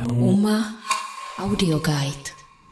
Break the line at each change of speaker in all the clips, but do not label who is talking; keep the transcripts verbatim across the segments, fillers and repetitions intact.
Uma Audio Guide.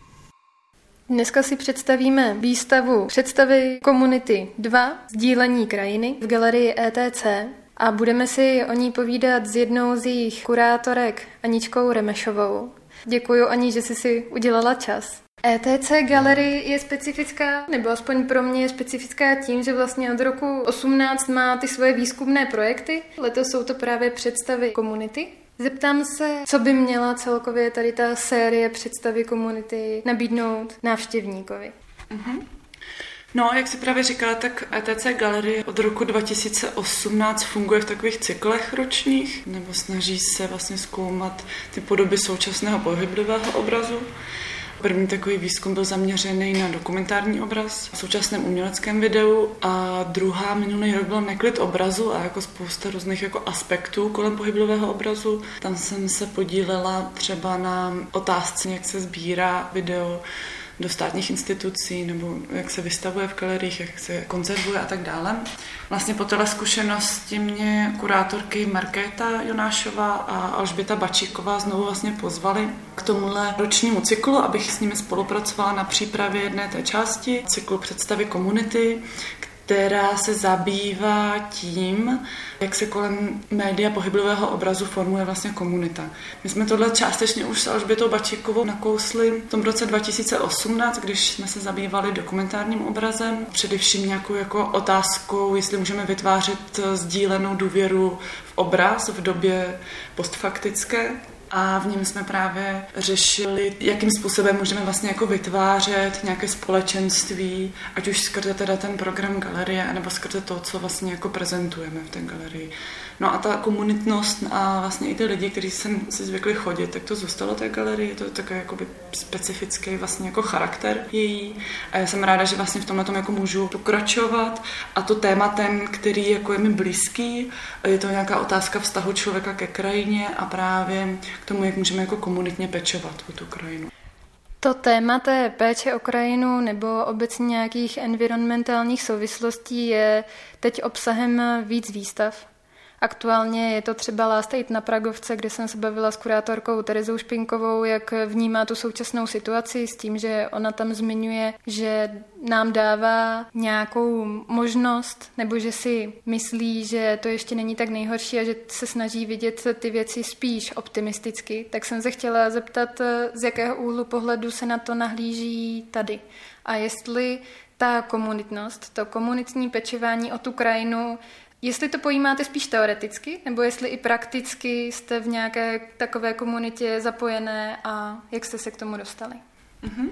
Dneska si představíme výstavu Představy komunity dva, sdílení krajiny v galerii E T C a budeme si o ní povídat s jednou z jejich kurátorek Aničkou Remešovou. Děkuji, Ani, že jsi si udělala čas. E T C Gallery je specifická, nebo aspoň pro mě je specifická tím, že vlastně od roku osmnáct má ty svoje výzkumné projekty. Letos jsou to právě představy komunity. Zeptám se, co by měla celkově tady ta série představy komunity nabídnout návštěvníkovi.
Mm-hmm. No, jak jsi právě říkala, tak E T C Gallery od roku dva tisíce osmnáct funguje v takových cyklech ročních, nebo snaží se vlastně zkoumat ty podoby současného pohybového obrazu. První takový výzkum byl zaměřený na dokumentární obraz v současném uměleckém videu a druhá minulý rok byl neklid obrazu a jako spousta různých jako aspektů kolem pohybového obrazu. Tam jsem se podílela třeba na otázce, jak se sbírá video do státních institucí, nebo jak se vystavuje v galeriích, jak se konzervuje a tak dále. Vlastně po téhle zkušenosti mě kurátorky Markéta Jonášová a Alžběta Bačíková znovu vlastně pozvali k tomuhle ročnímu cyklu, abych s nimi spolupracovala na přípravě jedné té části, cyklu představy komunity, která se zabývá tím, jak se kolem média pohybového obrazu formuje vlastně komunita. My jsme tohle částečně už s Alžbětou Bačíkovou nakousli v tom roce dva tisíce osmnáct, když jsme se zabývali dokumentárním obrazem, především nějakou jako otázkou, jestli můžeme vytvářet sdílenou důvěru v obraz v době postfaktické. A v něm jsme právě řešili, jakým způsobem můžeme vlastně jako vytvářet nějaké společenství, ať už skrze teda ten program galerie, nebo skrze to, co vlastně jako prezentujeme v té galerii. No a ta komunitnost a vlastně i ty lidi, kteří sem si zvykli chodit, tak to zůstalo té galerii, je to takový jakoby specifický vlastně jako charakter její. A já jsem ráda, že vlastně v tomhle tom jako můžu pokračovat a to tématem, který jako je mi blízký, je to nějaká otázka vztahu člověka ke krajině a právě k tomu, jak můžeme jako komunitně pečovat o tu krajinu.
To téma té péče o krajinu nebo obecně nějakých environmentálních souvislostí je teď obsahem víc výstav. Aktuálně je to třeba Last Aid na Pragovce, kde jsem se bavila s kurátorkou Terezou Špinkovou, jak vnímá tu současnou situaci s tím, že ona tam zmiňuje, že nám dává nějakou možnost, nebo že si myslí, že to ještě není tak nejhorší a že se snaží vidět ty věci spíš optimisticky. Tak jsem se chtěla zeptat, z jakého úhlu pohledu se na to nahlíží tady. A jestli ta komunitnost, to komunitní pečování o tu krajinu, jestli to pojímáte spíš teoreticky, nebo jestli i prakticky jste v nějaké takové komunitě zapojené a jak jste se k tomu dostali?
Mm-hmm.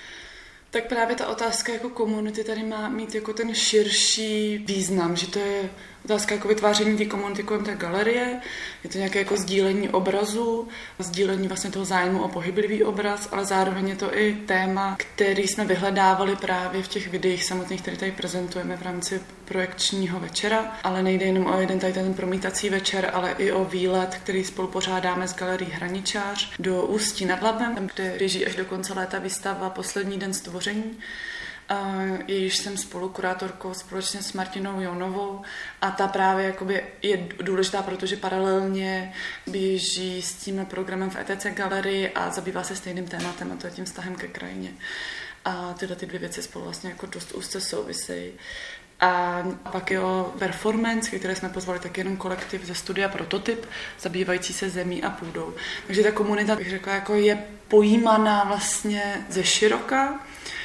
Tak právě ta otázka jako komunity tady má mít jako ten širší význam, že to je otázka jako vytváření té komunity kolem té galerie, je to nějaké jako sdílení obrazu, sdílení vlastně toho zájmu o pohyblivý obraz, ale zároveň je to i téma, který jsme vyhledávali právě v těch videích samotných, které tady prezentujeme v rámci projekčního večera, ale nejde jenom o jeden tady ten promítací večer, ale i o výlet, který spolu pořádáme s galerií Hraničář do Ústí nad Labem, kde běží až do konce léta výstava Poslední den stvoření. Jejíž jsem spolukurátorkou společně s Martinou Jounovou a ta právě jakoby je důležitá, protože paralelně běží s tím programem v E T C Galerii a zabývá se stejným tématem, a to je tím vztahem ke krajině. A tyhle ty dvě věci spolu vlastně jako dost úzce souvisejí. A pak je o performance, které jsme pozvali taky jenom kolektiv ze studia Prototyp, zabývající se zemí a půdou. Takže ta komunita, bych řekla, jako je pojímaná vlastně ze široka,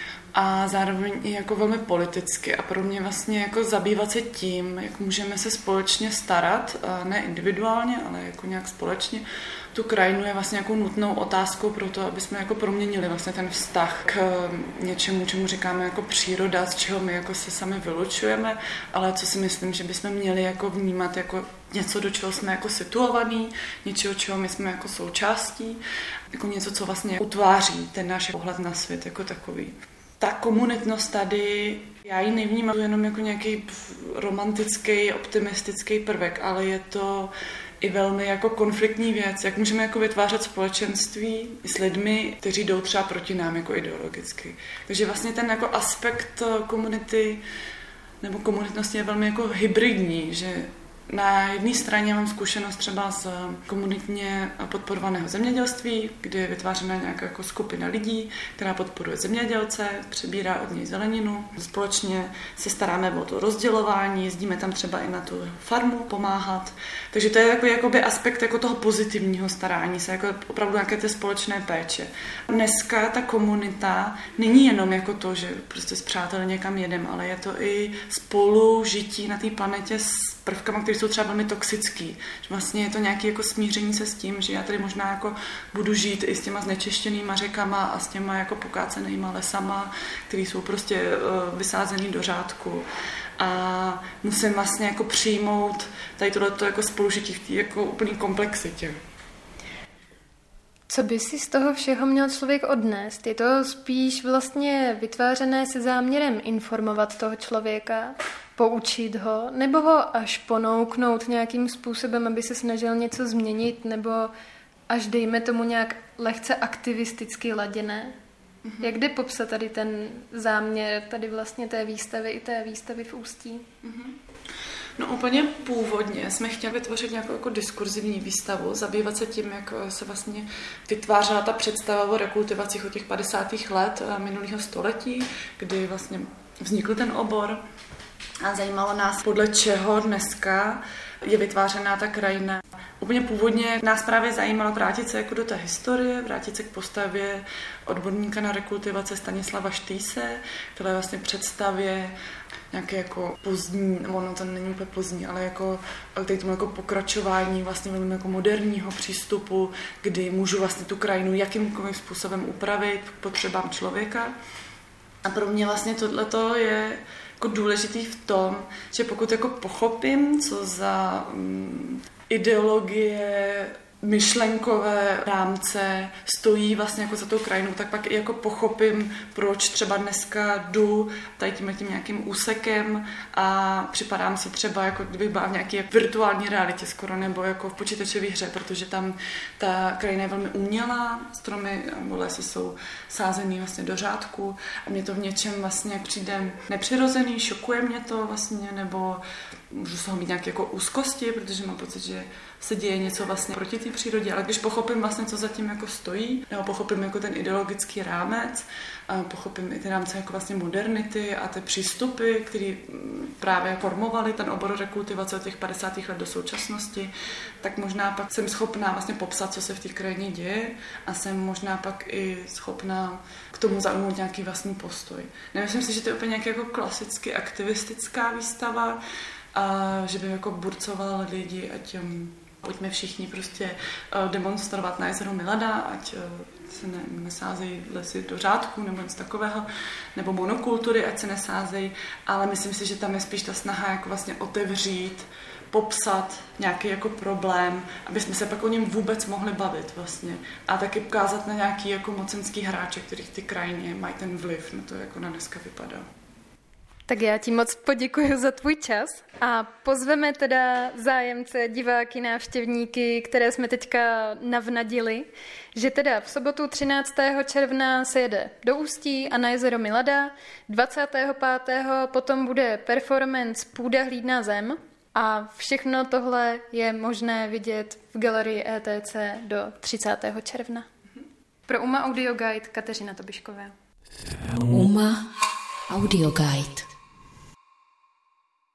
a zároveň i jako velmi politicky a pro mě vlastně jako zabývat se tím, jak můžeme se společně starat, ne individuálně, ale jako nějak společně. Tu krajinu je vlastně jako nutnou otázkou pro to, aby jsme jako proměnili vlastně ten vztah k něčemu, čemu říkáme jako příroda, z čeho my jako se sami vylučujeme, ale co si myslím, že bychom měli jako vnímat jako něco, do čeho jsme jako situovaný, něčeho, čeho my jsme jako součástí, jako něco, co vlastně utváří ten náš pohled na svět jako takový. Ta komunitnost tady, já ji nevnímám jenom jako nějaký romantický, optimistický prvek, ale je to i velmi jako konfliktní věc, jak můžeme jako vytvářet společenství s lidmi, kteří jdou třeba proti nám jako ideologicky. Takže vlastně ten jako aspekt komunity nebo komunitnosti je velmi jako hybridní, že Na jedné straně mám zkušenost třeba z komunitně podporovaného zemědělství, kdy je vytvářena nějaká jako skupina lidí, která podporuje zemědělce, přebírá od něj zeleninu. Společně se staráme o to rozdělování, jezdíme tam třeba i na tu farmu pomáhat. Takže to je takový jakoby aspekt jako toho pozitivního starání se, jako opravdu nějaké té společné péče. Dneska ta komunita není jenom jako to, že prostě s přáteli někam jedem, ale je to i spolužití na té planetě s prvkama, které jsou třeba velmi toxický. Že vlastně je to nějaké jako smíření se s tím, že já tady možná jako budu žít i s těma znečištěnýma řekama a s těma jako pokácenýma lesama, které jsou prostě uh, vysázený do řádku. A musím vlastně jako přijmout tady tohleto jako spolužití v té jako úplný komplexitě.
Co by si z toho všeho měl člověk odnést? Je to spíš vlastně vytvářené se záměrem informovat toho člověka, poučit ho, nebo ho až ponouknout nějakým způsobem, aby se snažil něco změnit, nebo až dejme tomu nějak lehce aktivisticky laděné? Mm-hmm. Jak jde popsat tady ten záměr tady vlastně té výstavy i té výstavy v Ústí?
Mm-hmm. No úplně původně jsme chtěli vytvořit nějakou jako diskurzivní výstavu, zabývat se tím, jak se vlastně vytvářela ta představa o rekultivacích od těch padesátých let minulého století, kdy vlastně vznikl ten obor a zajímalo nás, podle čeho dneska je vytvářená ta krajina. Úplně původně nás právě zajímalo vrátit se jako do té historie, vrátit se k postavě odborníka na rekultivace Stanislava Štýse, které vlastně představě nějaké jako pozdní, nebo ono to není úplně pozdní, ale jako tady tomu jako pokračování vlastně velmi jako moderního přístupu, kdy můžu vlastně tu krajinu jakýmkoliv způsobem upravit k potřebám člověka. A pro mě vlastně tohleto je jako důležitý v tom, že pokud jako pochopím, co za um, ideologie, myšlenkové rámce stojí vlastně jako za tou krajinou, tak pak i jako pochopím, proč třeba dneska jdu tady tím, tím nějakým úsekem a připadám si třeba, jako kdybych byla v nějaké virtuální realitě skoro, nebo jako v počítačové hře, protože tam ta krajina je velmi umělá, stromy nebo lesy jsou sázený vlastně do řádku a mě to v něčem vlastně přijde nepřirozený, šokuje mě to vlastně, nebo můžu z toho mít nějaké jako úzkosti, protože mám pocit, že se děje něco vlastně proti té přírodě, ale když pochopím vlastně, co zatím jako stojí, nebo pochopím jako ten ideologický rámec, a pochopím i ty rámce jako vlastně modernity a ty přístupy, které právě formovaly ten obor rekultivace od těch padesátých let do současnosti, tak možná pak jsem schopná vlastně popsat, co se v té krajině děje a jsem možná pak i schopná k tomu zaujmout nějaký vlastní postoj. Nemyslím si, že to je úplně nějaká jako klasicky aktivistická výstava, a že by jako burcoval lidi, ať um, pojďme všichni prostě uh, demonstrovat na jezeru Milada, ať uh, se ne, nesázejí lesy do řádku nebo něco takového, nebo monokultury, ať se nesázejí, ale myslím si, že tam je spíš ta snaha jako vlastně otevřít, popsat nějaký jako problém, aby jsme se pak o něm vůbec mohli bavit vlastně. A taky ukázat na nějaký jako mocenský hráče, který v ty krajině mají ten vliv na to, jak ona dneska vypadá.
Tak já ti moc poděkuji za tvůj čas a pozveme teda zájemce, diváky, návštěvníky, které jsme teďka navnadili, že teda v sobotu třináctého června se jede do Ústí a na jezero Milada, dvacátého pátého potom bude performance Půda hlídná zem a všechno tohle je možné vidět v galerii E T C do třicátého června. Pro UMA Audio Guide Kateřina Tobišková.
UMA Audio Guide.